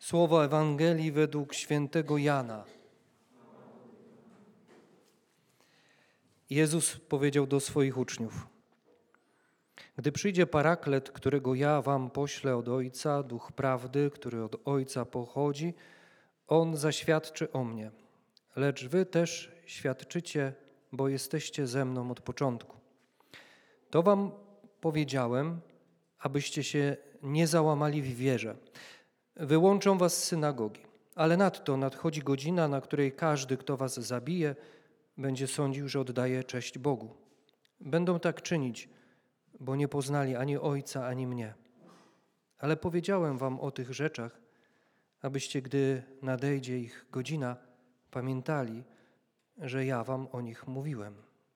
Słowo Ewangelii według świętego Jana. Jezus powiedział do swoich uczniów: Gdy przyjdzie Paraklet, którego ja wam poślę od Ojca, Duch Prawdy, który od Ojca pochodzi, On zaświadczy o mnie. Lecz wy też świadczycie, bo jesteście ze mną od początku. To wam powiedziałem, abyście się nie załamali w wierze. Wyłączą was z synagogi, ale nadto nadchodzi godzina, na której każdy, kto was zabije, będzie sądził, że oddaje cześć Bogu. Będą tak czynić, bo nie poznali ani Ojca, ani mnie. Ale powiedziałem wam o tych rzeczach, abyście, gdy nadejdzie ich godzina, pamiętali, że ja wam o nich mówiłem.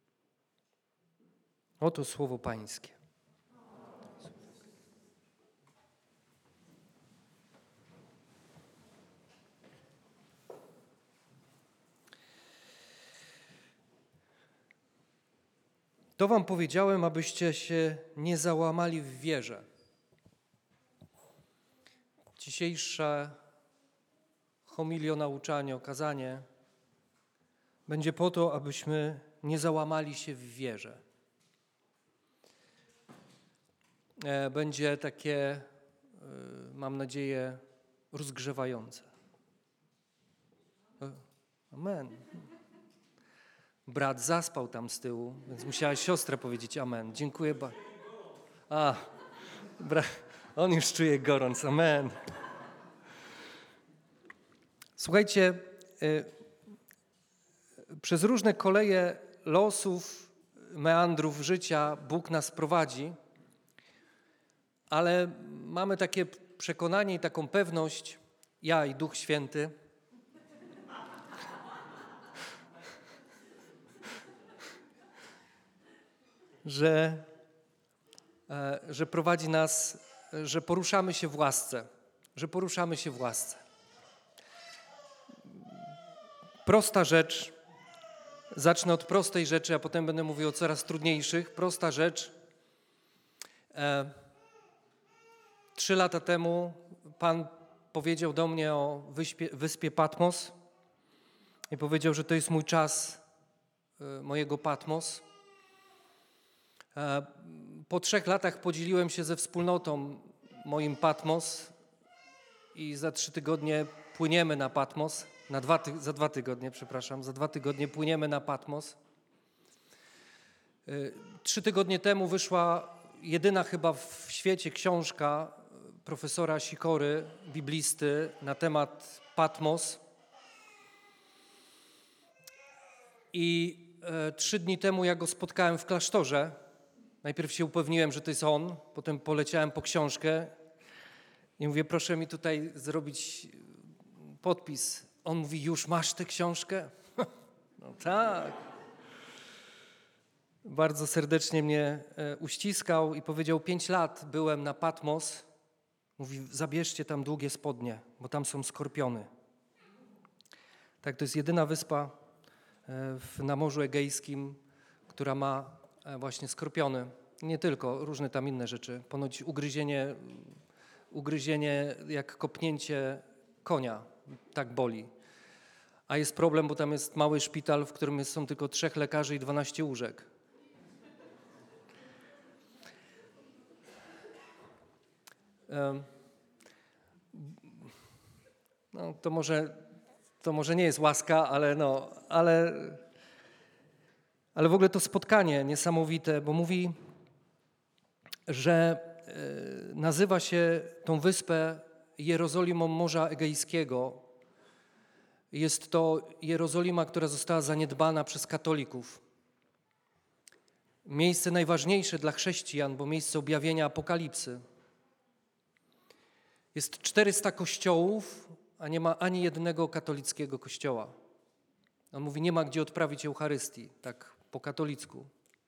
Oto słowo Pańskie. To wam powiedziałem, abyście się nie załamali w wierze. Dzisiejsze homilionauczanie, kazanie będzie po to, abyśmy nie załamali się w wierze. Będzie takie, mam nadzieję, rozgrzewające. Amen. Brat zaspał tam z tyłu, więc musiała siostra powiedzieć amen. Dziękuję bardzo. On już czuje gorąc. Amen. Słuchajcie, przez różne koleje losów, meandrów życia Bóg nas prowadzi, ale mamy takie przekonanie i taką pewność, ja i Duch Święty, że prowadzi nas, że poruszamy się w łasce, Prosta rzecz, zacznę od prostej rzeczy, a potem będę mówił o coraz trudniejszych. Prosta rzecz. 3 lata temu Pan powiedział do mnie o wyspie Patmos i powiedział, że to jest mój czas mojego Patmos. Po 3 latach podzieliłem się ze wspólnotą moim Patmos i za 3 tygodnie płyniemy na Patmos. Za 2 tygodnie płyniemy na Patmos. 3 tygodnie temu wyszła jedyna chyba w świecie książka profesora Sikory, biblisty, na temat Patmos. I 3 dni temu ja go spotkałem w klasztorze. Najpierw się upewniłem, że to jest on, potem poleciałem po książkę i mówię, proszę mi tutaj zrobić podpis. On mówi, już masz tę książkę? No tak. Bardzo serdecznie mnie uściskał i powiedział, 5 lat byłem na Patmos. Mówi, zabierzcie tam długie spodnie, bo tam są skorpiony. Tak, to jest jedyna wyspa na Morzu Egejskim, która ma właśnie skorpiony. Nie tylko, różne tam inne rzeczy. Ponoć ugryzienie jak kopnięcie konia, tak boli. A jest problem, bo tam jest mały szpital, w którym są tylko 3 lekarzy i 12 łóżek. No, to może nie jest łaska, ale w ogóle to spotkanie niesamowite, bo mówi, że nazywa się tą wyspę Jerozolimą Morza Egejskiego. Jest to Jerozolima, która została zaniedbana przez katolików. Miejsce najważniejsze dla chrześcijan, bo miejsce objawienia Apokalipsy. Jest 400 kościołów, a nie ma ani jednego katolickiego kościoła. On mówi, nie ma gdzie odprawić Eucharystii, tak po katolicku.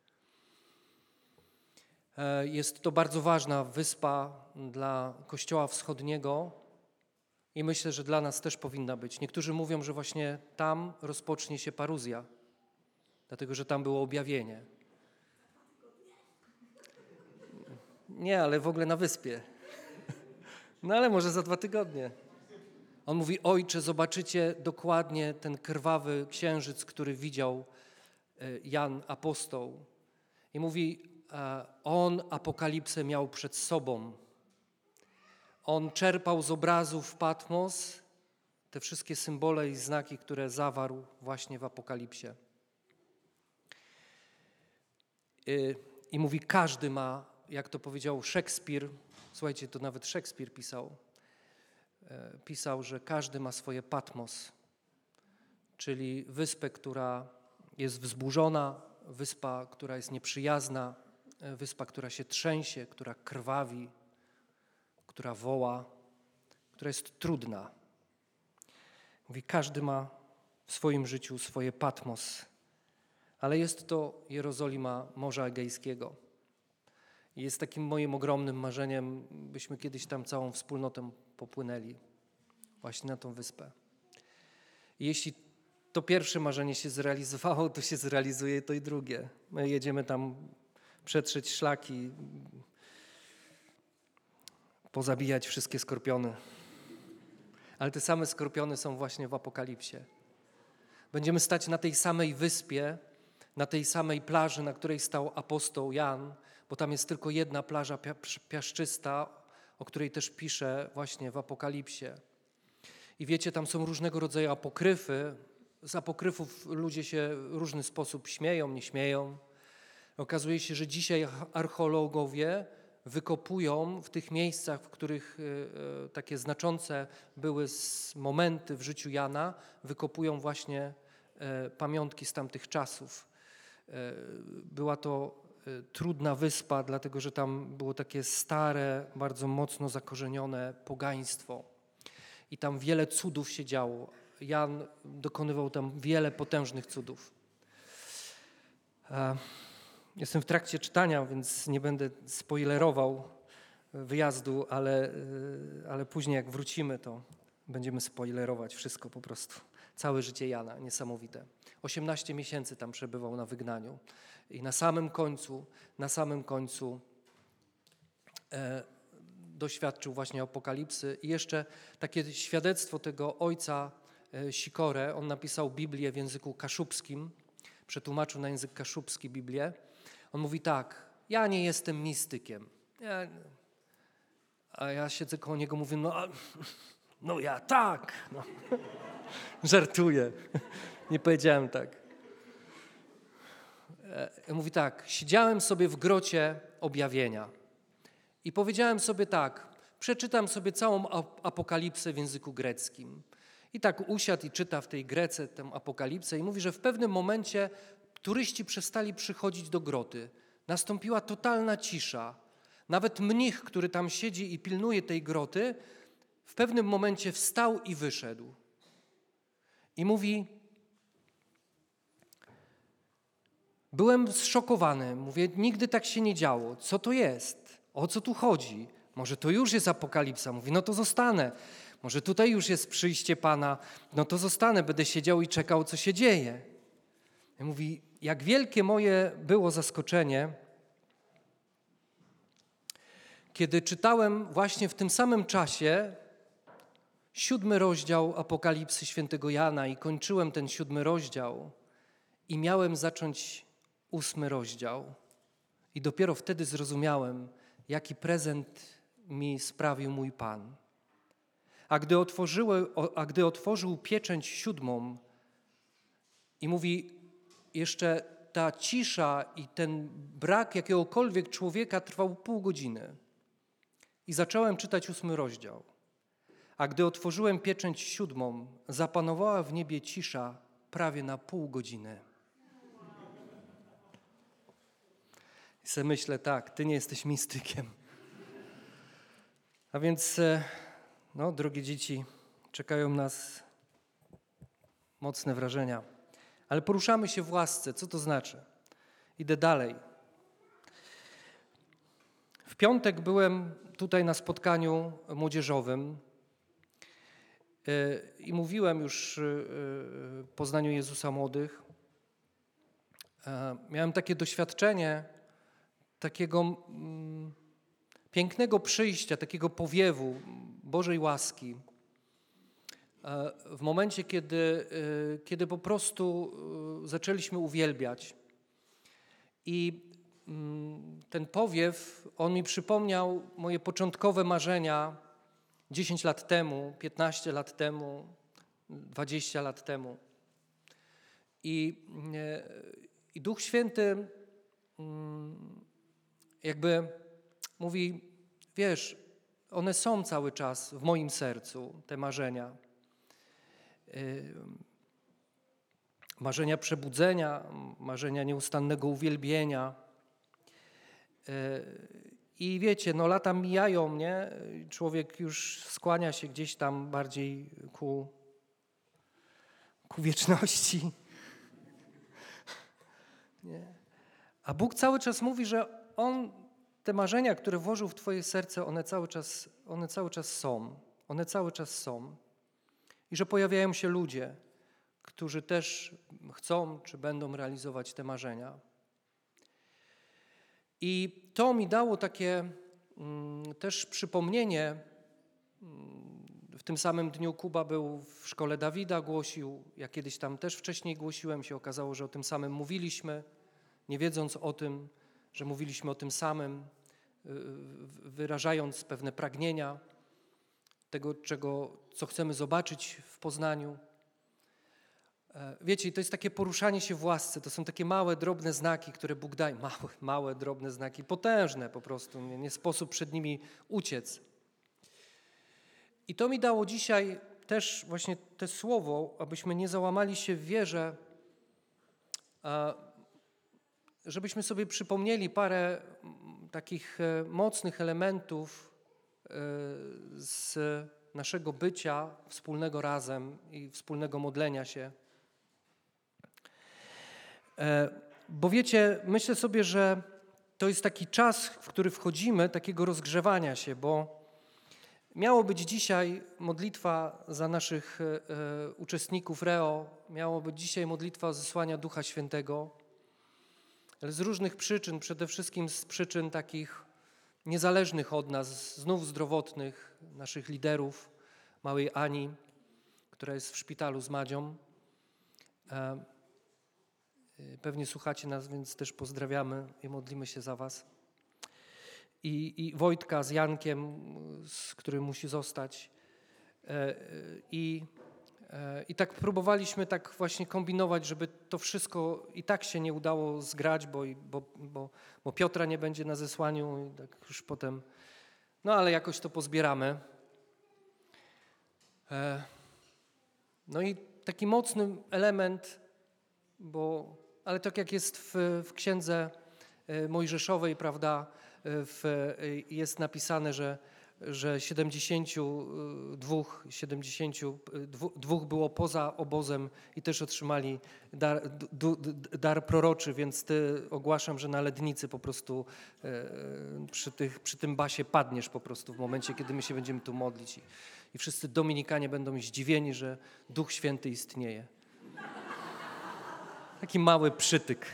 Jest to bardzo ważna wyspa dla Kościoła Wschodniego i myślę, że dla nas też powinna być. Niektórzy mówią, że właśnie tam rozpocznie się paruzja, dlatego że tam było objawienie. Nie, ale w ogóle na wyspie. No ale może za 2 tygodnie. On mówi: Ojcze, zobaczycie dokładnie ten krwawy księżyc, który widział Jan apostoł. I mówi, on apokalipsę miał przed sobą. On czerpał z obrazów Patmos te wszystkie symbole i znaki, które zawarł właśnie w Apokalipsie. I mówi, każdy ma, jak to powiedział Szekspir, słuchajcie, to nawet Szekspir pisał, że każdy ma swoje Patmos, czyli wyspę, która jest wzburzona, wyspa, która jest nieprzyjazna, wyspa, która się trzęsie, która krwawi, która woła, która jest trudna. Mówi, każdy ma w swoim życiu swoje Patmos, ale jest to Jerozolima Morza Egejskiego. I jest takim moim ogromnym marzeniem, byśmy kiedyś tam całą wspólnotą popłynęli właśnie na tą wyspę. I jeśli to pierwsze marzenie się zrealizowało, to się zrealizuje to i drugie. My jedziemy tam przetrzeć szlaki, pozabijać wszystkie skorpiony. Ale te same skorpiony są właśnie w Apokalipsie. Będziemy stać na tej samej wyspie, na tej samej plaży, na której stał apostoł Jan, bo tam jest tylko jedna plaża piaszczysta, o której też pisze właśnie w Apokalipsie. I wiecie, tam są różnego rodzaju apokryfy. Z apokryfów ludzie się w różny sposób śmieją, nie śmieją. Okazuje się, że dzisiaj archeologowie wykopują w tych miejscach, w których takie znaczące były momenty w życiu Jana, wykopują właśnie pamiątki z tamtych czasów. Była to trudna wyspa, dlatego że tam było takie stare, bardzo mocno zakorzenione pogaństwo. I tam wiele cudów się działo. Jan dokonywał tam wiele potężnych cudów. Jestem w trakcie czytania, więc nie będę spoilerował wyjazdu, ale później jak wrócimy, to będziemy spoilerować wszystko po prostu. Całe życie Jana, niesamowite. 18 miesięcy tam przebywał na wygnaniu i na samym końcu doświadczył właśnie apokalipsy. I jeszcze takie świadectwo tego ojca Sikore, on napisał Biblię w języku kaszubskim, przetłumaczył na język kaszubski Biblię. On mówi tak, ja nie jestem mistykiem. A ja siedzę koło niego, mówię, no ja tak. No. Żartuję, nie powiedziałem tak. Mówi tak, siedziałem sobie w grocie objawienia i powiedziałem sobie tak, przeczytam sobie całą apokalipsę w języku greckim. I tak usiadł i czyta w tej Grece tę apokalipsę i mówi, że w pewnym momencie turyści przestali przychodzić do groty. Nastąpiła totalna cisza. Nawet mnich, który tam siedzi i pilnuje tej groty, w pewnym momencie wstał i wyszedł. I mówi, byłem zszokowany, mówię, nigdy tak się nie działo. Co to jest? O co tu chodzi? Może to już jest apokalipsa? Mówi, no to zostanę. Może tutaj już jest przyjście Pana, no to zostanę, będę siedział i czekał, co się dzieje. I mówi, jak wielkie moje było zaskoczenie, kiedy czytałem właśnie w tym samym czasie 7 rozdział Apokalipsy świętego Jana i kończyłem ten 7 rozdział i miałem zacząć 8 rozdział. I dopiero wtedy zrozumiałem, jaki prezent mi sprawił mój Pan. A gdy otworzył pieczęć 7 i mówi, jeszcze ta cisza i ten brak jakiegokolwiek człowieka trwał pół godziny. I zacząłem czytać 8 rozdział. A gdy otworzyłem pieczęć 7, zapanowała w niebie cisza prawie na pół godziny. I sobie myślę, tak, ty nie jesteś mistykiem. A więc, drogie dzieci, czekają nas mocne wrażenia. Ale poruszamy się w łasce. Co to znaczy? Idę dalej. W piątek byłem tutaj na spotkaniu młodzieżowym i mówiłem już o poznaniu Jezusa młodych. Miałem takie doświadczenie takiego pięknego przyjścia, takiego powiewu Bożej łaski. w momencie, kiedy po prostu zaczęliśmy uwielbiać. I ten powiew, on mi przypomniał moje początkowe marzenia 10 lat temu, 15 lat temu, 20 lat temu. I Duch Święty jakby mówi, wiesz, one są cały czas w moim sercu, te marzenia. Marzenia przebudzenia, marzenia nieustannego uwielbienia. I wiecie, no lata mijają, nie? Człowiek już skłania się gdzieś tam bardziej ku wieczności. Nie? A Bóg cały czas mówi, że On, te marzenia, które włożył w twoje serce, one cały czas są. One cały czas są. I że pojawiają się ludzie, którzy też chcą, czy będą realizować te marzenia. I to mi dało takie też przypomnienie. W tym samym dniu Kuba był w szkole Dawida, głosił. Ja kiedyś tam też wcześniej głosiłem, się okazało, że o tym samym mówiliśmy, nie wiedząc o tym, że mówiliśmy o tym samym, wyrażając pewne pragnienia tego, co chcemy zobaczyć w Poznaniu. Wiecie, to jest takie poruszanie się w łasce, to są takie małe, drobne znaki, które Bóg daje. Małe, drobne znaki, potężne po prostu, nie sposób przed nimi uciec. I to mi dało dzisiaj też właśnie to słowo, abyśmy nie załamali się w wierze, żebyśmy sobie przypomnieli parę takich mocnych elementów z naszego bycia wspólnego razem i wspólnego modlenia się. Bo wiecie, myślę sobie, że to jest taki czas, w który wchodzimy, takiego rozgrzewania się, bo miało być dzisiaj modlitwa za naszych uczestników REO, miało być dzisiaj modlitwa o zesłania Ducha Świętego, ale z różnych przyczyn, przede wszystkim z przyczyn takich niezależnych od nas, znów zdrowotnych, naszych liderów, małej Ani, która jest w szpitalu z Madzią. Pewnie słuchacie nas, więc też pozdrawiamy i modlimy się za was. I Wojtka z Jankiem, który musi zostać. I tak próbowaliśmy tak właśnie kombinować, żeby to wszystko i tak się nie udało zgrać, bo Piotra nie będzie na zesłaniu i tak już potem, no ale jakoś to pozbieramy. No i taki mocny element, ale tak jak jest w księdze mojżeszowej, prawda, jest napisane, że 72 było poza obozem i też otrzymali dar proroczy, więc ogłaszam, że na lednicy po prostu przy tym basie padniesz po prostu w momencie, kiedy my się będziemy tu modlić i wszyscy Dominikanie będą zdziwieni, że Duch Święty istnieje. Taki mały przytyk.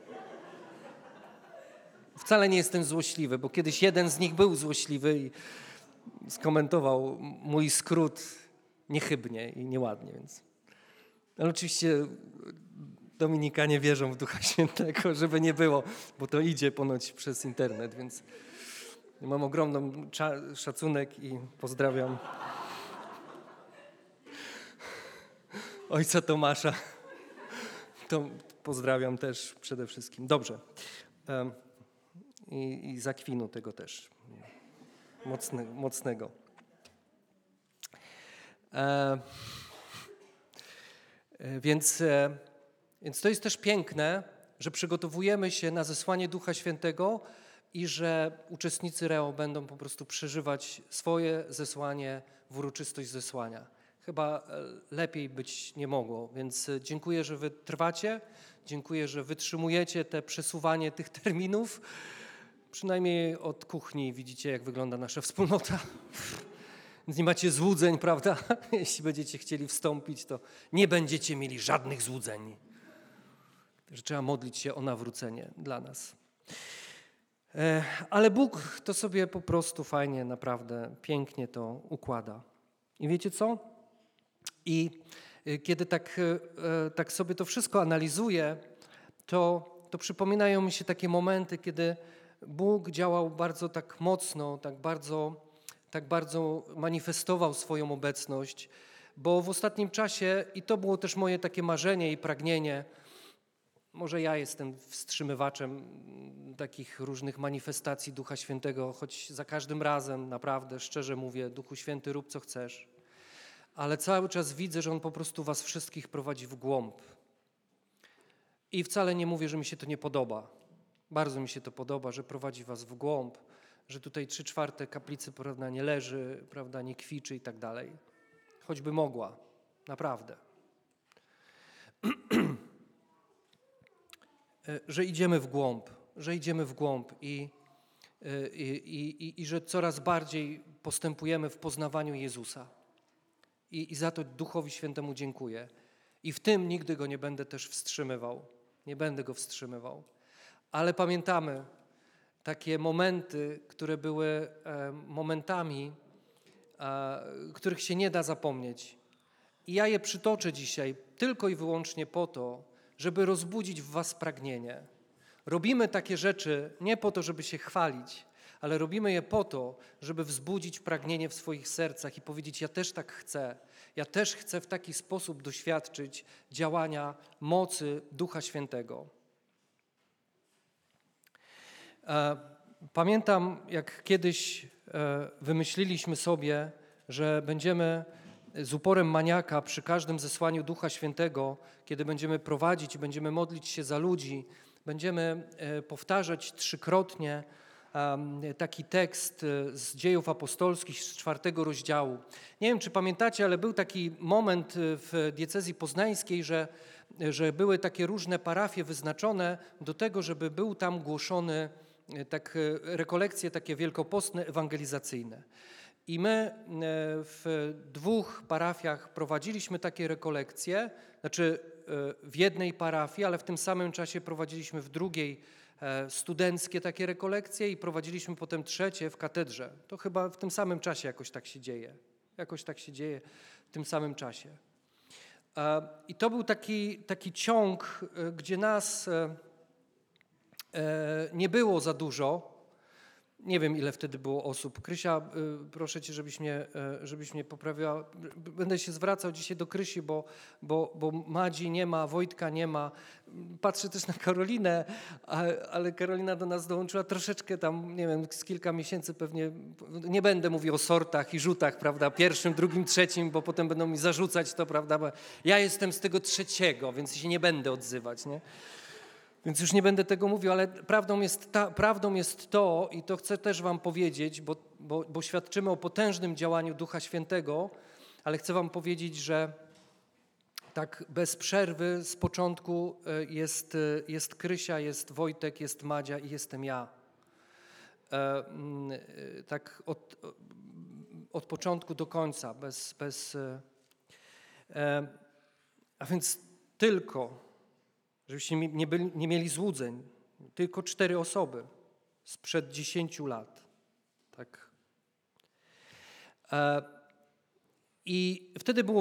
Wcale nie jestem złośliwy, bo kiedyś jeden z nich był złośliwy i skomentował mój skrót niechybnie i nieładnie. Więc. Ale oczywiście Dominikanie wierzą w Ducha Świętego, żeby nie było, bo to idzie ponoć przez internet, więc mam ogromny szacunek i pozdrawiam ojca Tomasza. To pozdrawiam też przede wszystkim. Dobrze. I z Akwinu tego też. Mocnego. Więc to jest też piękne, że przygotowujemy się na zesłanie Ducha Świętego i że uczestnicy REO będą po prostu przeżywać swoje zesłanie w uroczystość zesłania. Chyba lepiej być nie mogło, więc dziękuję, że wy trwacie, dziękuję, że wytrzymujecie te przesuwanie tych terminów. Przynajmniej od kuchni widzicie, jak wygląda nasza wspólnota. Więc nie macie złudzeń, prawda? Jeśli będziecie chcieli wstąpić, to nie będziecie mieli żadnych złudzeń. Że trzeba modlić się o nawrócenie dla nas. Ale Bóg to sobie po prostu fajnie, naprawdę pięknie to układa. I wiecie co? I kiedy tak sobie to wszystko analizuję, to przypominają mi się takie momenty, kiedy Bóg działał bardzo tak mocno, tak bardzo manifestował swoją obecność, bo w ostatnim czasie, i to było też moje takie marzenie i pragnienie, może ja jestem wstrzymywaczem takich różnych manifestacji Ducha Świętego, choć za każdym razem, naprawdę, szczerze mówię, Duchu Święty, rób co chcesz, ale cały czas widzę, że On po prostu was wszystkich prowadzi w głąb. I wcale nie mówię, że mi się to nie podoba. Bardzo mi się to podoba, że prowadzi was w głąb, że tutaj 3/4 kaplicy, prawda, nie leży, prawda, nie kwiczy i tak dalej. Choćby mogła, naprawdę. Że idziemy w głąb i że coraz bardziej postępujemy w poznawaniu Jezusa. I za to Duchowi Świętemu dziękuję. I w tym nigdy Go nie będę też wstrzymywał. Nie będę Go wstrzymywał. Ale pamiętamy takie momenty, które były momentami, których się nie da zapomnieć. I ja je przytoczę dzisiaj tylko i wyłącznie po to, żeby rozbudzić w was pragnienie. Robimy takie rzeczy nie po to, żeby się chwalić, ale robimy je po to, żeby wzbudzić pragnienie w swoich sercach i powiedzieć: ja też tak chcę. Ja też chcę w taki sposób doświadczyć działania mocy Ducha Świętego. Pamiętam, jak kiedyś wymyśliliśmy sobie, że będziemy z uporem maniaka przy każdym zesłaniu Ducha Świętego, kiedy będziemy prowadzić i będziemy modlić się za ludzi, będziemy powtarzać 3-krotnie taki tekst z Dziejów Apostolskich z 4 rozdziału. Nie wiem, czy pamiętacie, ale był taki moment w diecezji poznańskiej, że były takie różne parafie wyznaczone do tego, żeby był tam głoszony rekolekcje takie wielkopostne, ewangelizacyjne. I my w 2 parafiach prowadziliśmy takie rekolekcje, znaczy w jednej parafii, ale w tym samym czasie prowadziliśmy w drugiej studenckie takie rekolekcje i prowadziliśmy potem 3 w katedrze. To chyba w tym samym czasie jakoś tak się dzieje. Jakoś tak się dzieje w tym samym czasie. I to był taki ciąg, gdzie nas nie było za dużo. Nie wiem, ile wtedy było osób. Krysia, proszę cię, żebyś mnie poprawiła. Będę się zwracał dzisiaj do Krysi, bo Madzi nie ma, Wojtka nie ma. Patrzę też na Karolinę, ale Karolina do nas dołączyła troszeczkę tam, nie wiem, z kilka miesięcy pewnie. Nie będę mówił o sortach i rzutach, prawda, 1., 2., 3., bo potem będą mi zarzucać to, prawda, bo ja jestem z tego 3., więc się nie będę odzywać, nie? Więc już nie będę tego mówił, ale prawdą jest to, i to chcę też wam powiedzieć, bo świadczymy o potężnym działaniu Ducha Świętego, ale chcę wam powiedzieć, że tak bez przerwy z początku jest Krysia, jest Wojtek, jest Madzia i jestem ja. Tak od początku do końca, a więc tylko, żebyście nie mieli złudzeń, tylko 4 osoby sprzed 10 lat. Tak. I wtedy było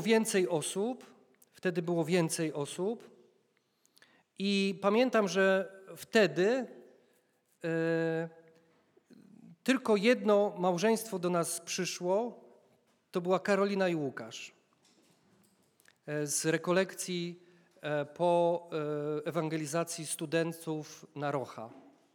więcej osób i pamiętam, że wtedy tylko jedno małżeństwo do nas przyszło, to była Karolina i Łukasz z rekolekcji po ewangelizacji studentów na Rocha.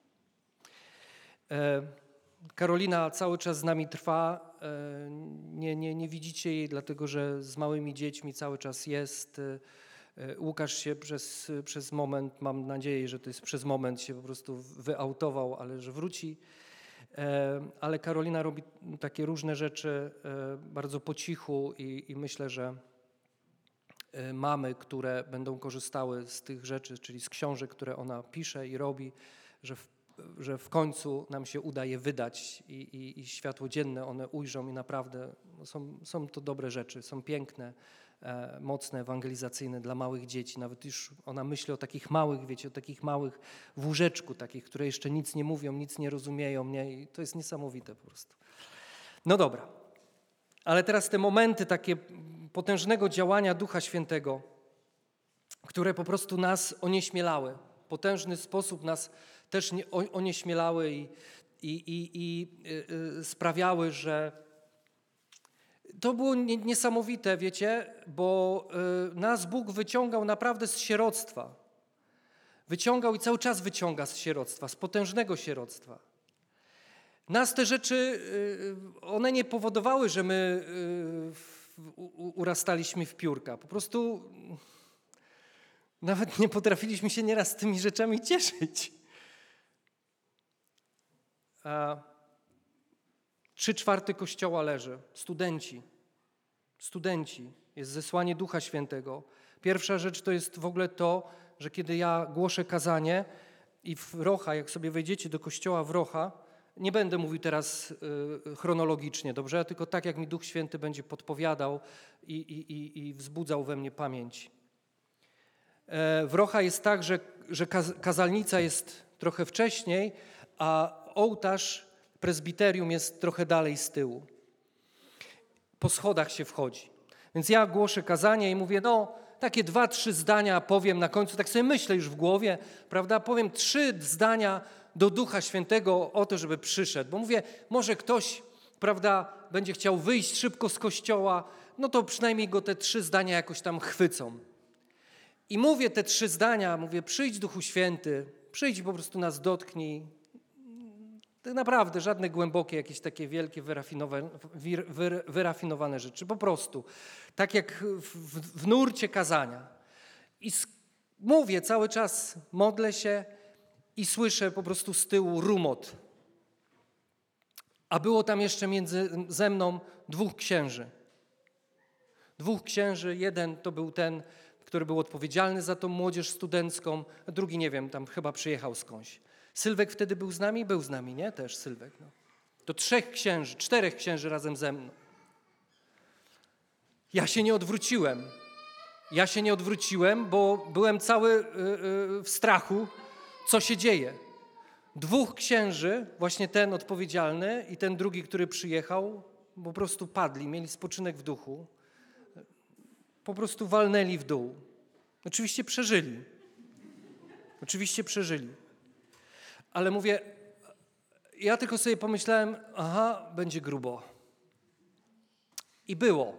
Karolina cały czas z nami trwa, nie widzicie jej, dlatego że z małymi dziećmi cały czas jest. Łukasz się przez moment, mam nadzieję, że to jest przez moment, się po prostu wyautował, ale że wróci. Ale Karolina robi takie różne rzeczy bardzo po cichu i myślę, że mamy, które będą korzystały z tych rzeczy, czyli z książek, które ona pisze i robi, że w końcu nam się uda je wydać i światło dzienne one ujrzą i naprawdę są to dobre rzeczy, są piękne, mocne, ewangelizacyjne dla małych dzieci. Nawet już ona myśli o takich małych, wiecie, o takich małych w łóżeczku takich, które jeszcze nic nie mówią, nic nie rozumieją, nie? I to jest niesamowite po prostu. No dobra, ale teraz te momenty takie potężnego działania Ducha Świętego, które po prostu nas onieśmielały. W potężny sposób nas też onieśmielały i sprawiały, że to było niesamowite, wiecie, bo nas Bóg wyciągał naprawdę z sieroctwa. Wyciągał i cały czas wyciąga z sieroctwa, z potężnego sieroctwa. Nas te rzeczy, one nie powodowały, że my urastaliśmy w piórka. Po prostu nawet nie potrafiliśmy się nieraz tymi rzeczami cieszyć. 3/4 Kościoła leży. Studenci. Jest zesłanie Ducha Świętego. Pierwsza rzecz to jest w ogóle to, że kiedy ja głoszę kazanie i w Wrocha, jak sobie wejdziecie do kościoła Wrocha, nie będę mówił teraz chronologicznie, dobrze? Tylko tak, jak mi Duch Święty będzie podpowiadał i wzbudzał we mnie pamięć. Wrocha jest tak, że kazalnica jest trochę wcześniej, a ołtarz, prezbiterium jest trochę dalej z tyłu. Po schodach się wchodzi. Więc ja głoszę kazanie i mówię, takie 2-3 zdania powiem na końcu, tak sobie myślę już w głowie, prawda? Powiem 3 zdania do Ducha Świętego o to, żeby przyszedł. Bo mówię, może ktoś, prawda, będzie chciał wyjść szybko z kościoła, to przynajmniej go te 3 zdania jakoś tam chwycą. I mówię te 3 zdania, mówię, przyjdź Duchu Święty, przyjdź i po prostu nas dotknij. To naprawdę żadne głębokie, jakieś takie wielkie, wyrafinowane rzeczy. Po prostu, tak jak w nurcie kazania. I mówię cały czas, modlę się i słyszę po prostu z tyłu rumot. A było tam jeszcze ze mną 2 księży. 2 księży, jeden to był ten, który był odpowiedzialny za tą młodzież studencką, a drugi, nie wiem, tam chyba przyjechał skądś. Sylwek wtedy był z nami? Był z nami, nie? Też Sylwek. To 3 księży, 4 księży razem ze mną. Ja się nie odwróciłem, bo byłem cały w strachu, co się dzieje. 2 księży, właśnie ten odpowiedzialny i ten drugi, który przyjechał, po prostu padli, mieli spoczynek w duchu. Po prostu walnęli w dół. Oczywiście przeżyli. Ale mówię, ja tylko sobie pomyślałem, będzie grubo. I było.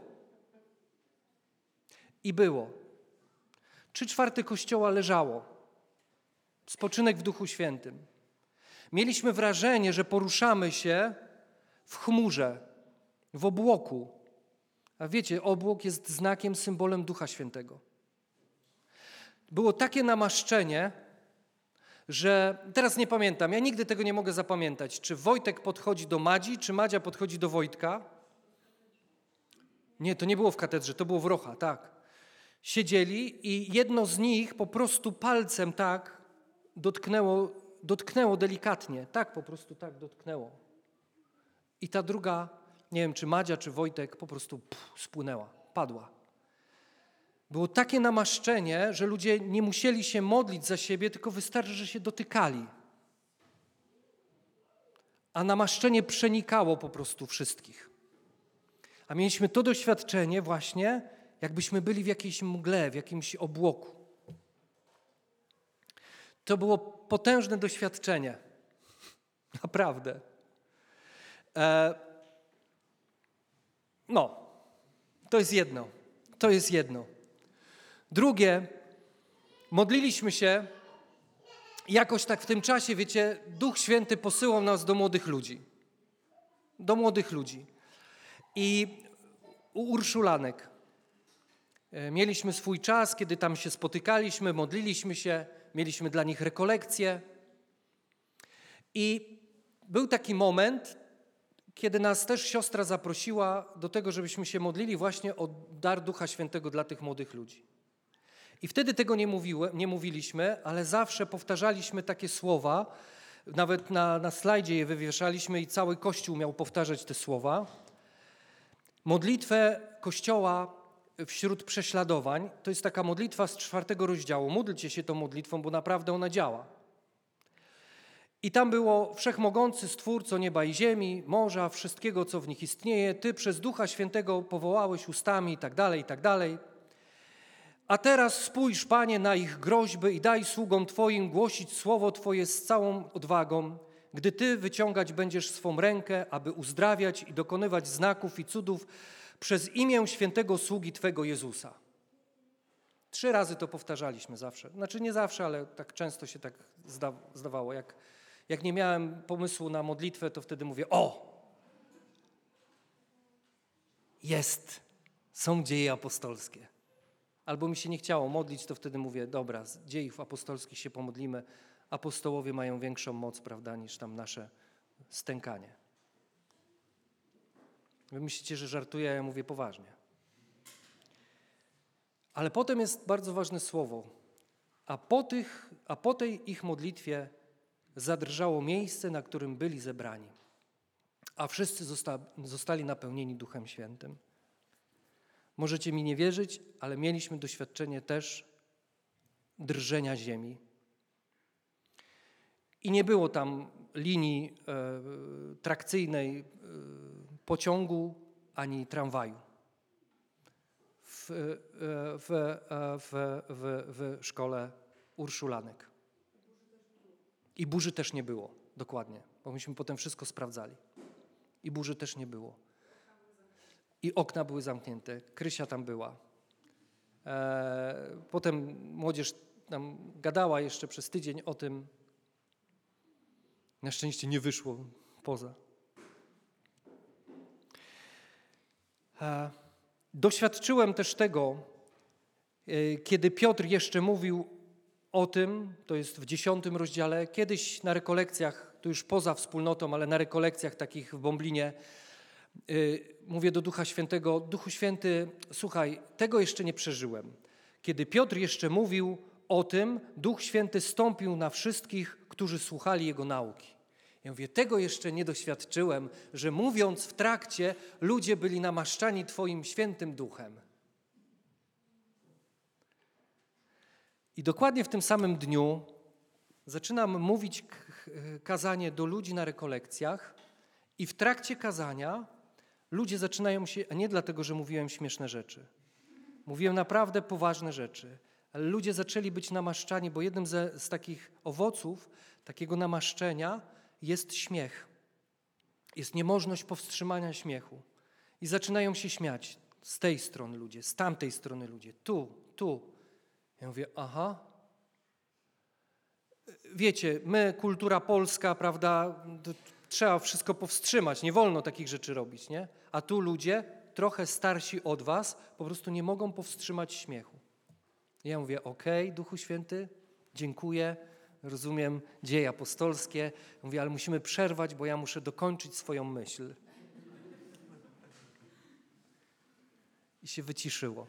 3/4 Kościoła leżało. Spoczynek w Duchu Świętym. Mieliśmy wrażenie, że poruszamy się w chmurze, w obłoku. A wiecie, obłok jest znakiem, symbolem Ducha Świętego. Było takie namaszczenie, że teraz nie pamiętam, ja nigdy tego nie mogę zapamiętać, czy Wojtek podchodzi do Madzi, czy Madzia podchodzi do Wojtka. Nie, to nie było w katedrze, to było w Wrocha, tak. Siedzieli i jedno z nich po prostu palcem tak dotknęło delikatnie, tak po prostu tak dotknęło. I ta druga, nie wiem czy Madzia, czy Wojtek, po prostu spłynęła, padła. Było takie namaszczenie, że ludzie nie musieli się modlić za siebie, tylko wystarczy, że się dotykali. A namaszczenie przenikało po prostu wszystkich. A mieliśmy to doświadczenie właśnie, jakbyśmy byli w jakiejś mgle, w jakimś obłoku. To było potężne doświadczenie. Naprawdę. To jest jedno. Drugie, modliliśmy się, jakoś tak w tym czasie, wiecie, Duch Święty posyłał nas do młodych ludzi. I u Urszulanek mieliśmy swój czas, kiedy tam się spotykaliśmy, modliliśmy się, mieliśmy dla nich rekolekcje. I był taki moment, kiedy nas też siostra zaprosiła do tego, żebyśmy się modlili właśnie o dar Ducha Świętego dla tych młodych ludzi. I wtedy tego nie mówiliśmy, ale zawsze powtarzaliśmy takie słowa, nawet na slajdzie je wywieszaliśmy i cały Kościół miał powtarzać te słowa. Modlitwę Kościoła wśród prześladowań, to jest taka modlitwa z 4 rozdziału. Módlcie się tą modlitwą, bo naprawdę ona działa. I tam było: Wszechmogący Stwórco nieba i ziemi, morza, wszystkiego, co w nich istnieje, Ty przez Ducha Świętego powołałeś ustami i tak dalej, i tak dalej. A teraz spójrz, Panie, na ich groźby i daj sługom Twoim głosić słowo Twoje z całą odwagą, gdy Ty wyciągać będziesz swą rękę, aby uzdrawiać i dokonywać znaków i cudów przez imię świętego sługi Twego Jezusa. 3 razy to powtarzaliśmy zawsze. Znaczy nie zawsze, ale tak często się tak zdawało. Jak nie miałem pomysłu na modlitwę, to wtedy mówię: o! Są dzieje apostolskie. Albo mi się nie chciało modlić, to wtedy mówię: dobra, z dziejów apostolskich się pomodlimy. Apostołowie mają większą moc, prawda, niż tam nasze stękanie. Wy myślicie, że żartuję, a ja mówię poważnie. Ale potem jest bardzo ważne słowo. A po tej ich modlitwie zadrżało miejsce, na którym byli zebrani. A wszyscy zostali napełnieni Duchem Świętym. Możecie mi nie wierzyć, ale mieliśmy doświadczenie też drżenia ziemi. I nie było tam linii trakcyjnej pociągu ani tramwaju w szkole Urszulanek. I burzy też nie było, dokładnie, bo myśmy potem wszystko sprawdzali. I burzy też nie było. I okna były zamknięte, Krysia tam była. Potem młodzież tam gadała jeszcze przez tydzień o tym. Na szczęście nie wyszło poza. Doświadczyłem też tego, kiedy Piotr jeszcze mówił o tym, to jest w 10 rozdziale, kiedyś na rekolekcjach, to już poza wspólnotą, ale na rekolekcjach takich w Bąblinie, mówię do Ducha Świętego: Duchu Święty, słuchaj, tego jeszcze nie przeżyłem. Kiedy Piotr jeszcze mówił o tym, Duch Święty stąpił na wszystkich, którzy słuchali Jego nauki. Ja mówię: tego jeszcze nie doświadczyłem, że mówiąc w trakcie, ludzie byli namaszczani Twoim Świętym Duchem. I dokładnie w tym samym dniu zaczynam mówić kazanie do ludzi na rekolekcjach i w trakcie kazania ludzie zaczynają się, a nie dlatego, że mówiłem śmieszne rzeczy. Mówiłem naprawdę poważne rzeczy, ale ludzie zaczęli być namaszczani, bo jednym z takich owoców takiego namaszczenia jest śmiech. Jest niemożność powstrzymania śmiechu. I zaczynają się śmiać z tej strony ludzie, z tamtej strony ludzie, tu. Ja mówię: aha. Wiecie, my, kultura polska, prawda, trzeba wszystko powstrzymać, nie wolno takich rzeczy robić, nie? A tu ludzie, trochę starsi od was, po prostu nie mogą powstrzymać śmiechu. Ja mówię: okej, Duchu Święty, dziękuję, rozumiem dzieje apostolskie. Mówię: ale musimy przerwać, bo ja muszę dokończyć swoją myśl. I się wyciszyło.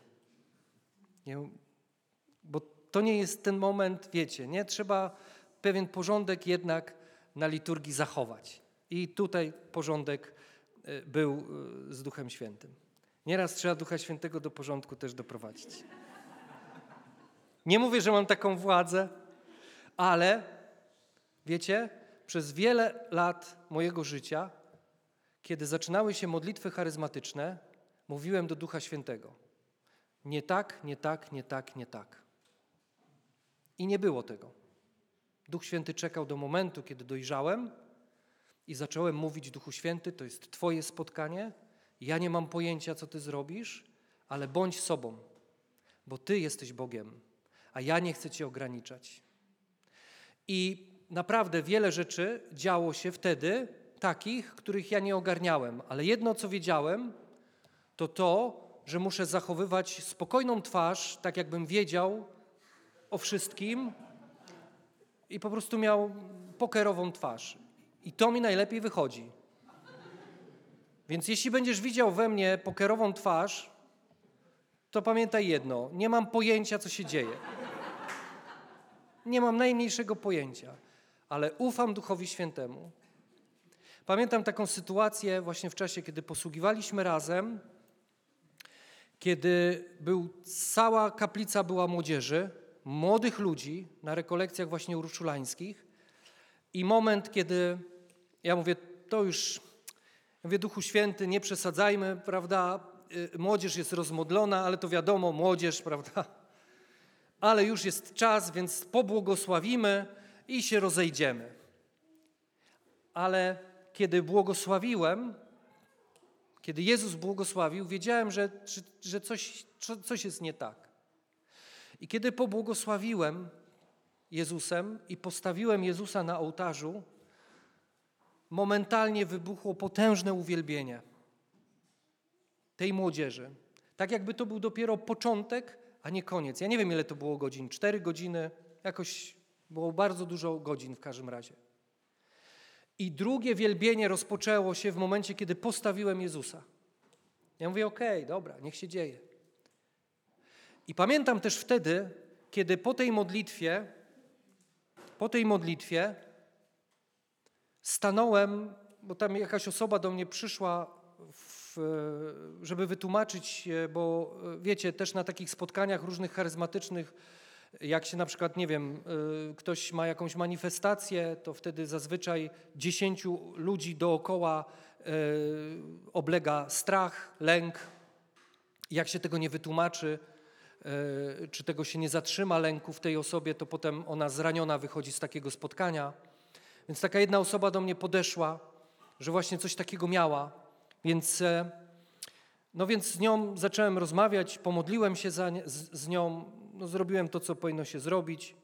Bo to nie jest ten moment, wiecie, nie? Trzeba pewien porządek jednak na liturgii zachować. I tutaj porządek był z Duchem Świętym. Nieraz trzeba Ducha Świętego do porządku też doprowadzić. Nie mówię, że mam taką władzę, ale wiecie, przez wiele lat mojego życia, kiedy zaczynały się modlitwy charyzmatyczne, mówiłem do Ducha Świętego: nie tak, nie tak, nie tak, nie tak. I nie było tego. Duch Święty czekał do momentu, kiedy dojrzałem i zacząłem mówić: Duchu Święty, to jest Twoje spotkanie, ja nie mam pojęcia, co Ty zrobisz, ale bądź sobą, bo Ty jesteś Bogiem, a ja nie chcę Cię ograniczać. I naprawdę wiele rzeczy działo się wtedy, takich, których ja nie ogarniałem, ale jedno, co wiedziałem, to, że muszę zachowywać spokojną twarz, tak jakbym wiedział o wszystkim i po prostu miał pokerową twarz. I to mi najlepiej wychodzi. Więc jeśli będziesz widział we mnie pokerową twarz, to pamiętaj jedno: nie mam pojęcia, co się dzieje. Nie mam najmniejszego pojęcia, ale ufam Duchowi Świętemu. Pamiętam taką sytuację właśnie w czasie, kiedy posługiwaliśmy razem, kiedy cała kaplica była młodzieży, młodych ludzi na rekolekcjach właśnie urszulańskich I moment, kiedy ja mówię, to już, ja mówię, Duchu Święty, nie przesadzajmy, prawda, młodzież jest rozmodlona, ale to wiadomo, młodzież, prawda, ale już jest czas, więc pobłogosławimy i się rozejdziemy. Ale kiedy błogosławiłem, kiedy Jezus błogosławił, wiedziałem, że coś jest nie tak. I kiedy pobłogosławiłem Jezusem i postawiłem Jezusa na ołtarzu, momentalnie wybuchło potężne uwielbienie tej młodzieży. Tak jakby to był dopiero początek, a nie koniec. Ja nie wiem, ile to było godzin, 4 godziny, jakoś było bardzo dużo godzin w każdym razie. I drugie wielbienie rozpoczęło się w momencie, kiedy postawiłem Jezusa. Ja mówię, okej, dobra, niech się dzieje. I pamiętam też wtedy, kiedy po tej modlitwie stanąłem, bo tam jakaś osoba do mnie przyszła, żeby wytłumaczyć, bo wiecie, też na takich spotkaniach różnych charyzmatycznych, jak się na przykład, nie wiem, ktoś ma jakąś manifestację, to wtedy zazwyczaj 10 ludzi dookoła oblega strach, lęk. Jak się tego nie wytłumaczy, czy tego się nie zatrzyma lęku w tej osobie, to potem ona zraniona wychodzi z takiego spotkania. Więc taka jedna osoba do mnie podeszła, że właśnie coś takiego miała. Więc z nią zacząłem rozmawiać, pomodliłem się z nią, zrobiłem to, co powinno się zrobić,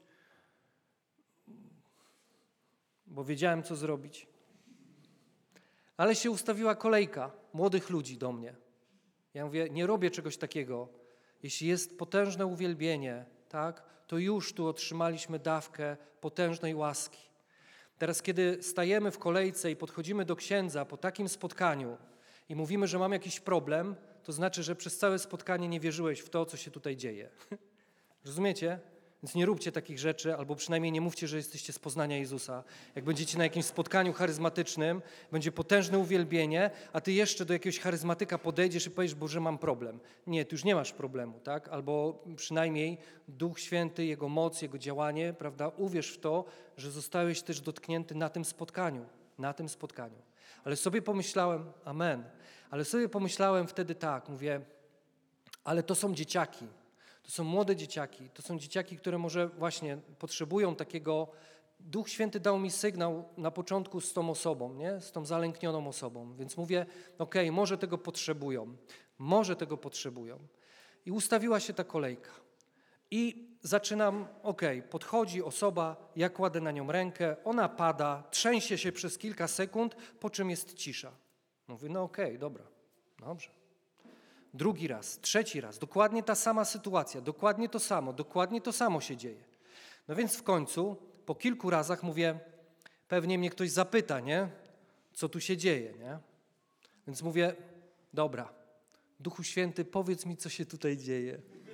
bo wiedziałem, co zrobić. Ale się ustawiła kolejka młodych ludzi do mnie. Ja mówię, nie robię czegoś takiego. Jeśli jest potężne uwielbienie, tak, to już tu otrzymaliśmy dawkę potężnej łaski. Teraz, kiedy stajemy w kolejce i podchodzimy do księdza po takim spotkaniu i mówimy, że mam jakiś problem, to znaczy, że przez całe spotkanie nie wierzyłeś w to, co się tutaj dzieje. Rozumiecie? Więc nie róbcie takich rzeczy, albo przynajmniej nie mówcie, że jesteście z poznania Jezusa. Jak będziecie na jakimś spotkaniu charyzmatycznym, będzie potężne uwielbienie, a ty jeszcze do jakiegoś charyzmatyka podejdziesz i powiesz, Boże, mam problem. Nie, ty już nie masz problemu, tak? Albo przynajmniej Duch Święty, Jego moc, Jego działanie, prawda? Uwierz w to, że zostałeś też dotknięty na tym spotkaniu. Ale sobie pomyślałem, amen, ale sobie pomyślałem wtedy tak, mówię, ale to są dzieciaki. To są młode dzieciaki, to są dzieciaki, które może właśnie potrzebują takiego. Duch Święty dał mi sygnał na początku z tą osobą, nie? Z tą zalęknioną osobą, więc mówię, okej, może tego potrzebują. I ustawiła się ta kolejka. I zaczynam, podchodzi osoba, ja kładę na nią rękę, ona pada, trzęsie się przez kilka sekund, po czym jest cisza. Mówię, dobra, dobrze. Drugi raz, trzeci raz, dokładnie ta sama sytuacja, dokładnie to samo się dzieje. No więc w końcu, po kilku razach mówię, pewnie mnie ktoś zapyta, nie? Co tu się dzieje, nie? Więc mówię, dobra, Duchu Święty, powiedz mi, co się tutaj dzieje.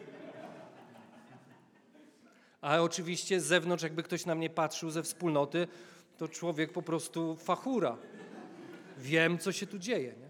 A oczywiście z zewnątrz, jakby ktoś na mnie patrzył ze wspólnoty, to człowiek po prostu fachura. Wiem, co się tu dzieje, nie?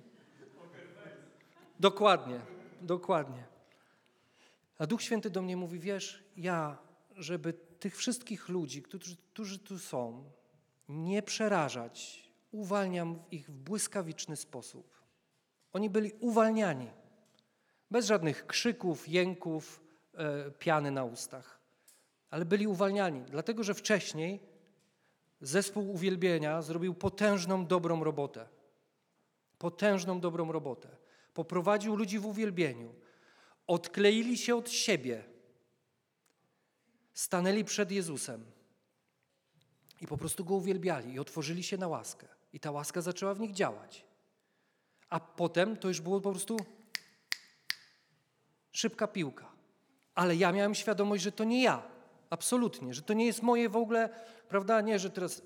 Dokładnie. A Duch Święty do mnie mówi, wiesz, żeby tych wszystkich ludzi, którzy tu są, nie przerażać, uwalniam ich w błyskawiczny sposób. Oni byli uwalniani, bez żadnych krzyków, jęków, piany na ustach, ale byli uwalniani, dlatego że wcześniej zespół uwielbienia zrobił potężną, dobrą robotę. Poprowadził ludzi w uwielbieniu. Odkleili się od siebie. Stanęli przed Jezusem. I po prostu Go uwielbiali i otworzyli się na łaskę. I ta łaska zaczęła w nich działać. A potem to już było po prostu szybka piłka. Ale ja miałem świadomość, że to nie ja. Absolutnie. Że to nie jest moje w ogóle, prawda? Nie, że teraz,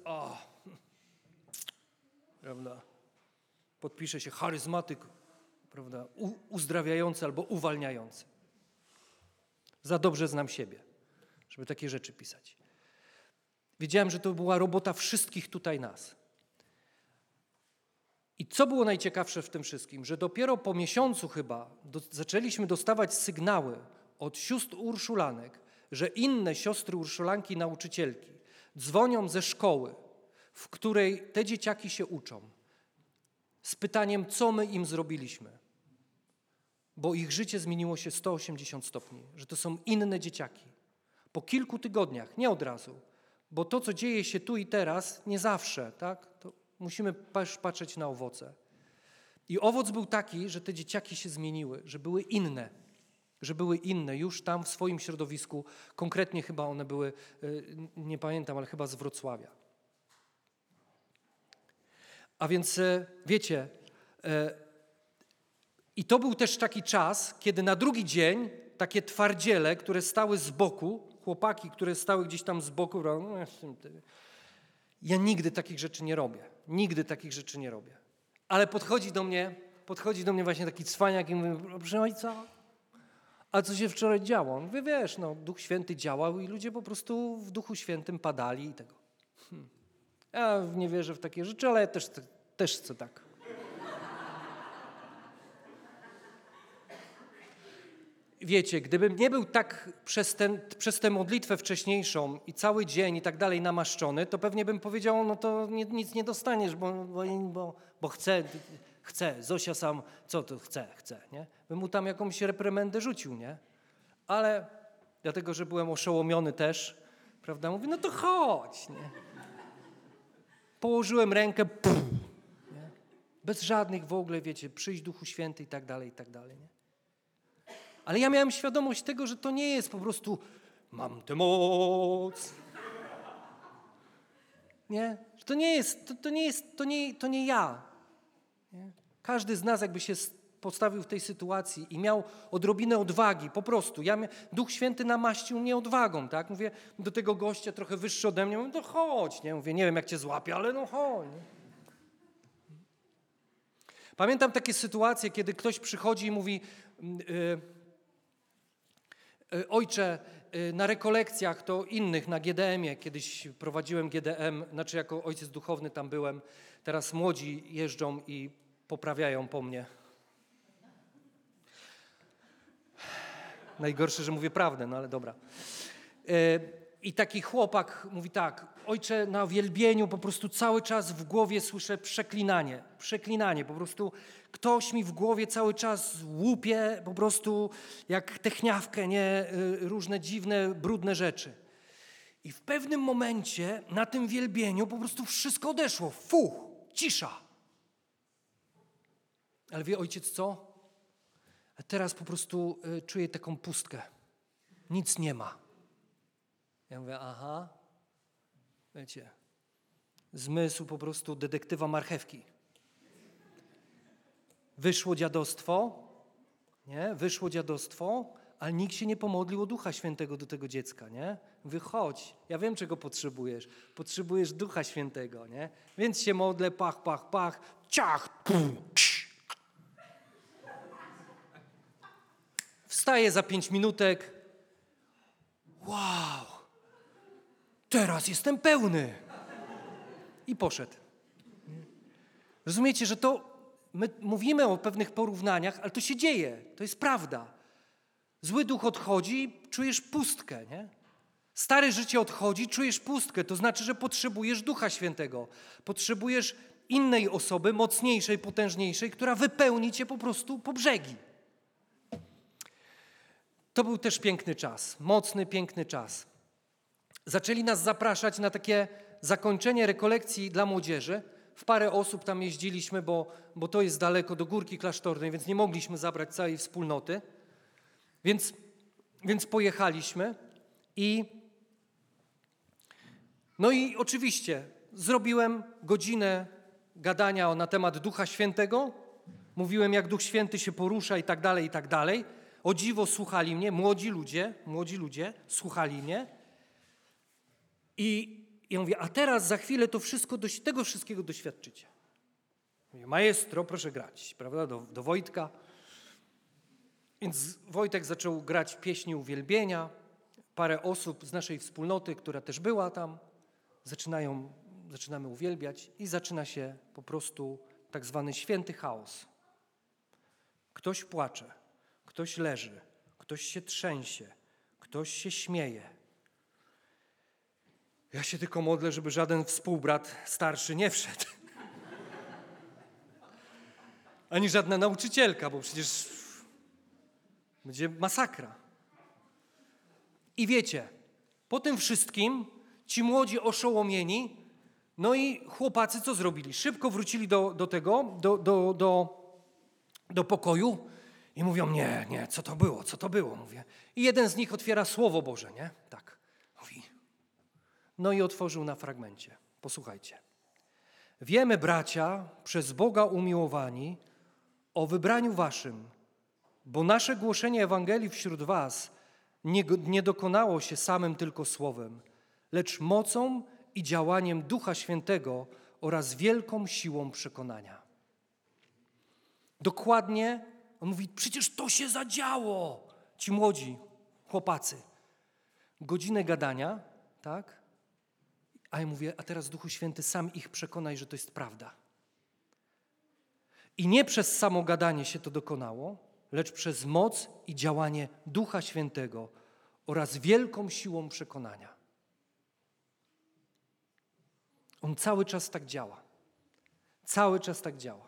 prawda? Podpisze się charyzmatyk, prawda, uzdrawiający albo uwalniający. Za dobrze znam siebie, żeby takie rzeczy pisać. Wiedziałem, że to była robota wszystkich tutaj nas. I co było najciekawsze w tym wszystkim, że dopiero po miesiącu chyba zaczęliśmy dostawać sygnały od sióstr urszulanek, że inne siostry urszulanki, nauczycielki dzwonią ze szkoły, w której te dzieciaki się uczą z pytaniem, co my im zrobiliśmy. Bo ich życie zmieniło się 180 stopni, że to są inne dzieciaki. Po kilku tygodniach, nie od razu, bo to, co dzieje się tu i teraz, nie zawsze, tak? To musimy patrzeć na owoce. I owoc był taki, że te dzieciaki się zmieniły, że były inne już tam w swoim środowisku. Konkretnie chyba one były, nie pamiętam, ale chyba z Wrocławia. A więc wiecie, i to był też taki czas, kiedy na drugi dzień takie twardziele, które stały z boku, chłopaki, które stały gdzieś tam z boku, ja nigdy takich rzeczy nie robię. Nigdy takich rzeczy nie robię. Ale podchodzi do mnie właśnie taki cwaniak i mówi, proszę ojca, a co się wczoraj działo? On mówi, wiesz, Duch Święty działał i ludzie po prostu w Duchu Świętym padali i tego. Ja nie wierzę w takie rzeczy, ale ja też chcę tak. Wiecie, gdybym nie był tak przez tę modlitwę wcześniejszą i cały dzień i tak dalej namaszczony, to pewnie bym powiedział, no to nic nie dostaniesz, bo chcę. Zosia sam, co to chce, nie? Bym mu tam jakąś reprymendę rzucił, nie? Ale dlatego, że byłem oszołomiony też, prawda, mówi, no to chodź, nie? Położyłem rękę, nie? Bez żadnych w ogóle, wiecie, przyjść Duchu Święty i tak dalej, nie? Ale ja miałem świadomość tego, że to nie jest po prostu mam tę moc. Nie? Że to nie ja. Nie? Każdy z nas jakby się postawił w tej sytuacji i miał odrobinę odwagi, po prostu. Duch Święty namaścił mnie odwagą, tak? Mówię do tego gościa trochę wyższy ode mnie, mówię, no chodź, nie? Mówię, nie wiem jak cię złapię, ale no chodź. Nie? Pamiętam takie sytuacje, kiedy ktoś przychodzi i mówi, ojcze, na rekolekcjach to innych, na GDM-ie, kiedyś prowadziłem GDM, znaczy jako ojciec duchowny tam byłem, teraz młodzi jeżdżą i poprawiają po mnie. Najgorsze, że mówię prawdę, no ale dobra. I taki chłopak mówi tak, ojcze, na wielbieniu po prostu cały czas w głowie słyszę przeklinanie, po prostu ktoś mi w głowie cały czas łupie po prostu jak techniawkę, nie, różne dziwne, brudne rzeczy. I w pewnym momencie na tym wielbieniu po prostu wszystko odeszło, cisza. Ale wie ojciec co? A teraz po prostu czuję taką pustkę, nic nie ma. Ja mówię, aha, wiecie, zmysł po prostu detektywa marchewki. Wyszło dziadostwo, ale nikt się nie pomodlił o Ducha Świętego do tego dziecka, nie? Mówię, chodź, ja wiem czego potrzebujesz Ducha Świętego, nie? Więc się modlę, pach, ciach, wstaję za 5 minutek, wow, teraz jestem pełny. I poszedł. Rozumiecie, że my mówimy o pewnych porównaniach, ale to się dzieje, to jest prawda. Zły duch odchodzi, czujesz pustkę, nie? Stare życie odchodzi, czujesz pustkę, to znaczy, że potrzebujesz Ducha Świętego. Potrzebujesz innej osoby, mocniejszej, potężniejszej, która wypełni cię po prostu po brzegi. To był też piękny czas, mocny, piękny czas. Zaczęli nas zapraszać na takie zakończenie rekolekcji dla młodzieży. W parę osób tam jeździliśmy, bo to jest daleko do Górki Klasztornej, więc nie mogliśmy zabrać całej wspólnoty. Więc pojechaliśmy no i oczywiście zrobiłem godzinę gadania na temat Ducha Świętego. Mówiłem, jak Duch Święty się porusza i tak dalej. O dziwo słuchali mnie, młodzi ludzie słuchali mnie. I ja mówię, a teraz za chwilę tego wszystkiego doświadczycie. Mówię, maestro, proszę grać, prawda, do Wojtka. Więc Wojtek zaczął grać pieśni uwielbienia. Parę osób z naszej wspólnoty, która też była tam, zaczynamy uwielbiać i zaczyna się po prostu tak zwany święty chaos. Ktoś płacze, ktoś leży, ktoś się trzęsie, ktoś się śmieje. Ja się tylko modlę, żeby żaden współbrat starszy nie wszedł. Ani żadna nauczycielka, bo przecież będzie masakra. I wiecie, po tym wszystkim ci młodzi oszołomieni, no i chłopacy co zrobili? Szybko wrócili do pokoju i mówią, nie, co to było, mówię. I jeden z nich otwiera Słowo Boże, nie? Tak, mówi. No i otworzył na fragmencie. Posłuchajcie. Wiemy, bracia, przez Boga umiłowani, o wybraniu waszym, bo nasze głoszenie Ewangelii wśród was nie dokonało się samym tylko słowem, lecz mocą i działaniem Ducha Świętego oraz wielką siłą przekonania. Dokładnie, on mówi, przecież to się zadziało. Ci młodzi chłopacy. Godzinę gadania, tak? A ja mówię, a teraz Duchu Święty sam ich przekonaj, że to jest prawda. I nie przez samo gadanie się to dokonało, lecz przez moc i działanie Ducha Świętego oraz wielką siłą przekonania. On cały czas tak działa. Cały czas tak działa.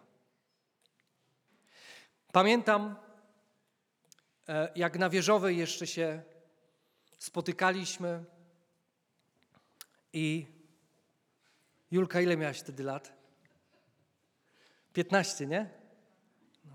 Pamiętam, jak na Wieżowej jeszcze się spotykaliśmy i Julka, ile miałaś wtedy lat? 15, nie? No.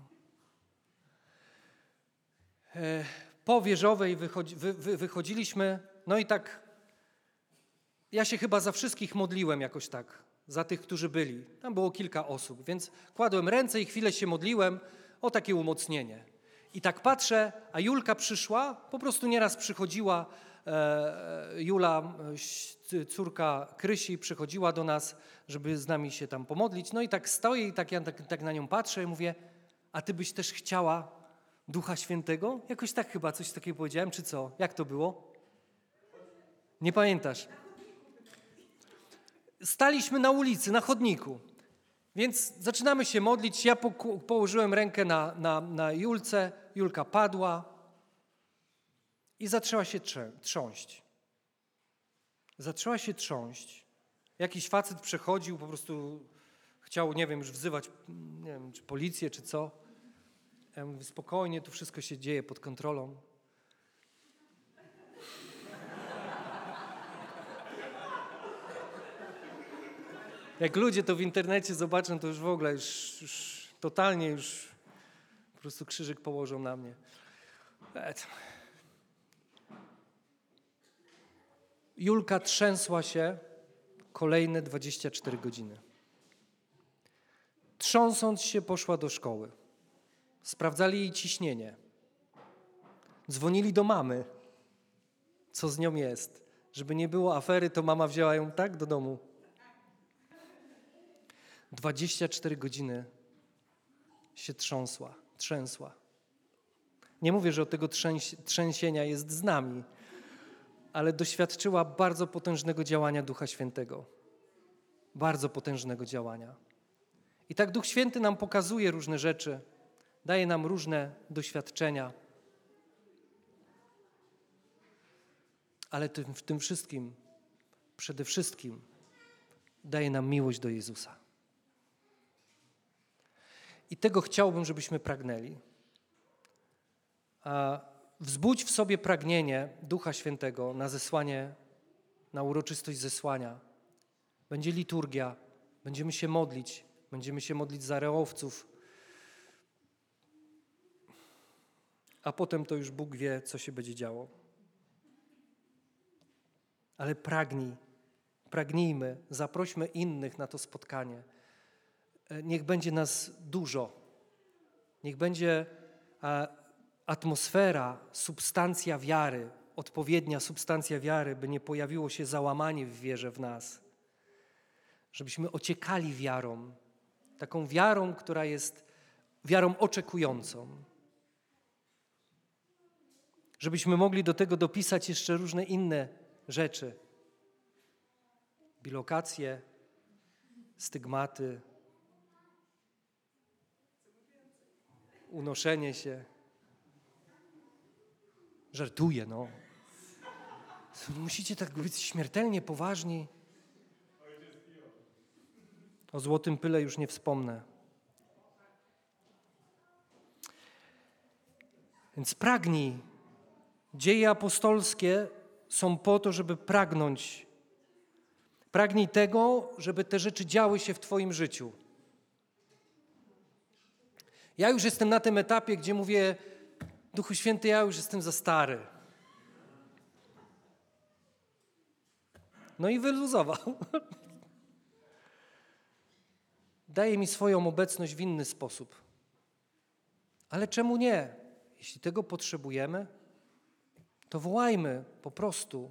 Po Wieżowej wychodziliśmy, no i tak, ja się chyba za wszystkich modliłem jakoś tak, za tych, którzy byli. Tam było kilka osób, więc kładłem ręce i chwilę się modliłem o takie umocnienie. I tak patrzę, a Julka przyszła, po prostu nieraz przychodziła, Jula, córka Krysi, przychodziła do nas, żeby z nami się tam pomodlić. No i tak stoję i tak na nią patrzę i mówię, a ty byś też chciała Ducha Świętego? Jakoś tak chyba coś takiego powiedziałem, czy co? Jak to było? Nie pamiętasz? Staliśmy na ulicy, na chodniku, więc zaczynamy się modlić. Ja położyłem rękę na Julce, Julka padła i zaczęła się trząść. Zaczęła się trząść. Jakiś facet przechodził, po prostu chciał, nie wiem, już wzywać, nie wiem, czy policję, czy co. Ja mówię, spokojnie, tu wszystko się dzieje pod kontrolą. Jak ludzie to w internecie zobaczą, to już w ogóle, już totalnie po prostu krzyżyk położą na mnie. Julka trzęsła się kolejne 24 godziny. Trząsąc się poszła do szkoły. Sprawdzali jej ciśnienie. Dzwonili do mamy, co z nią jest. Żeby nie było afery, to mama wzięła ją tak do domu. 24 godziny się trzęsła. Nie mówię, że od tego trzęsienia jest z nami, ale doświadczyła bardzo potężnego działania Ducha Świętego. Bardzo potężnego działania. I tak Duch Święty nam pokazuje różne rzeczy, daje nam różne doświadczenia. Ale w tym wszystkim, przede wszystkim daje nam miłość do Jezusa. I tego chciałbym, żebyśmy pragnęli. Wzbudź w sobie pragnienie Ducha Świętego na zesłanie, na uroczystość zesłania. Będzie liturgia, będziemy się modlić za reowców, a potem to już Bóg wie, co się będzie działo. Ale pragnijmy, zaprośmy innych na to spotkanie. Niech będzie nas dużo, niech będzie atmosfera, substancja wiary, odpowiednia substancja wiary, by nie pojawiło się załamanie w wierze w nas. Żebyśmy ociekali wiarą, taką wiarą, która jest wiarą oczekującą. Żebyśmy mogli do tego dopisać jeszcze różne inne rzeczy. Bilokacje, stygmaty, unoszenie się. Żartuję, no. Musicie tak być śmiertelnie poważni. O złotym pyle już nie wspomnę. Więc pragnij. Dzieje apostolskie są po to, żeby pragnąć. Pragnij tego, żeby te rzeczy działy się w twoim życiu. Ja już jestem na tym etapie, gdzie mówię, Duchu Święty, ja już jestem za stary. No i wyluzował. Daje mi swoją obecność w inny sposób. Ale czemu nie? Jeśli tego potrzebujemy, to wołajmy po prostu.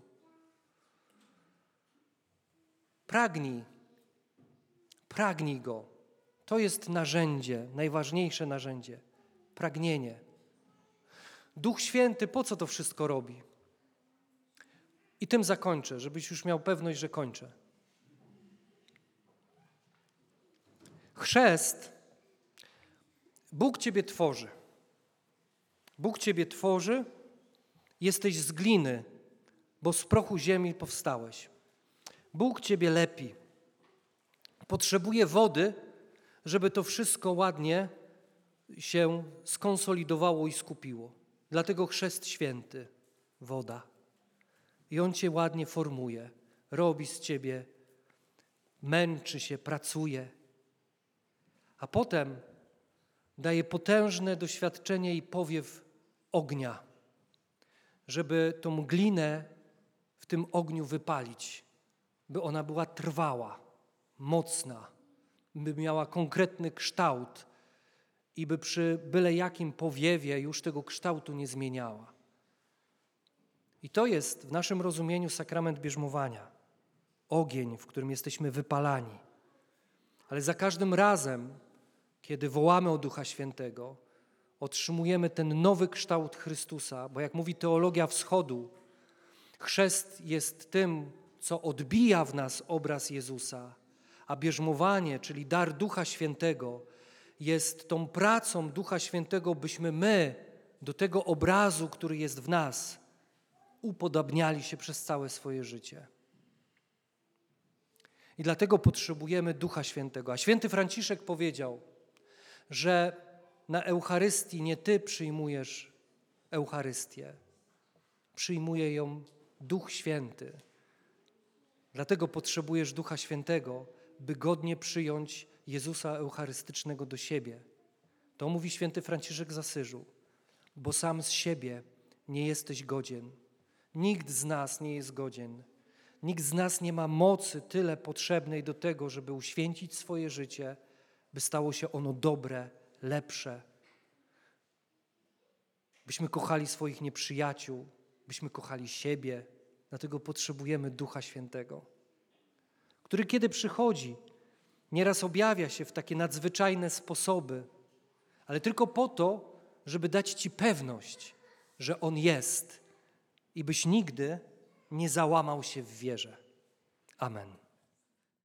Pragnij Go. To jest narzędzie, najważniejsze narzędzie. Pragnienie. Duch Święty po co to wszystko robi? I tym zakończę, żebyś już miał pewność, że kończę. Chrzest, Bóg ciebie tworzy. Bóg ciebie tworzy, jesteś z gliny, bo z prochu ziemi powstałeś. Bóg ciebie lepi. Potrzebuje wody, żeby to wszystko ładnie się skonsolidowało i skupiło. Dlatego chrzest święty, woda. I On cię ładnie formuje, robi z ciebie, męczy się, pracuje. A potem daje potężne doświadczenie i powiew ognia, żeby tą glinę w tym ogniu wypalić, by ona była trwała, mocna, by miała konkretny kształt i by przy byle jakim powiewie już tego kształtu nie zmieniała. I to jest w naszym rozumieniu sakrament bierzmowania. Ogień, w którym jesteśmy wypalani. Ale za każdym razem, kiedy wołamy o Ducha Świętego, otrzymujemy ten nowy kształt Chrystusa, bo jak mówi teologia wschodu, chrzest jest tym, co odbija w nas obraz Jezusa, a bierzmowanie, czyli dar Ducha Świętego, jest tą pracą Ducha Świętego, byśmy my do tego obrazu, który jest w nas, upodabniali się przez całe swoje życie. I dlatego potrzebujemy Ducha Świętego. A święty Franciszek powiedział, że na Eucharystii nie ty przyjmujesz Eucharystię, przyjmuje ją Duch Święty. Dlatego potrzebujesz Ducha Świętego, by godnie przyjąć Jezusa Eucharystycznego do siebie. To mówi święty Franciszek z Asyżu, bo sam z siebie nie jesteś godzien. Nikt z nas nie jest godzien. Nikt z nas nie ma mocy tyle potrzebnej do tego, żeby uświęcić swoje życie, by stało się ono dobre, lepsze. Byśmy kochali swoich nieprzyjaciół, byśmy kochali siebie. Dlatego potrzebujemy Ducha Świętego, który kiedy przychodzi, nieraz objawia się w takie nadzwyczajne sposoby, ale tylko po to, żeby dać ci pewność, że On jest i byś nigdy nie załamał się w wierze. Amen.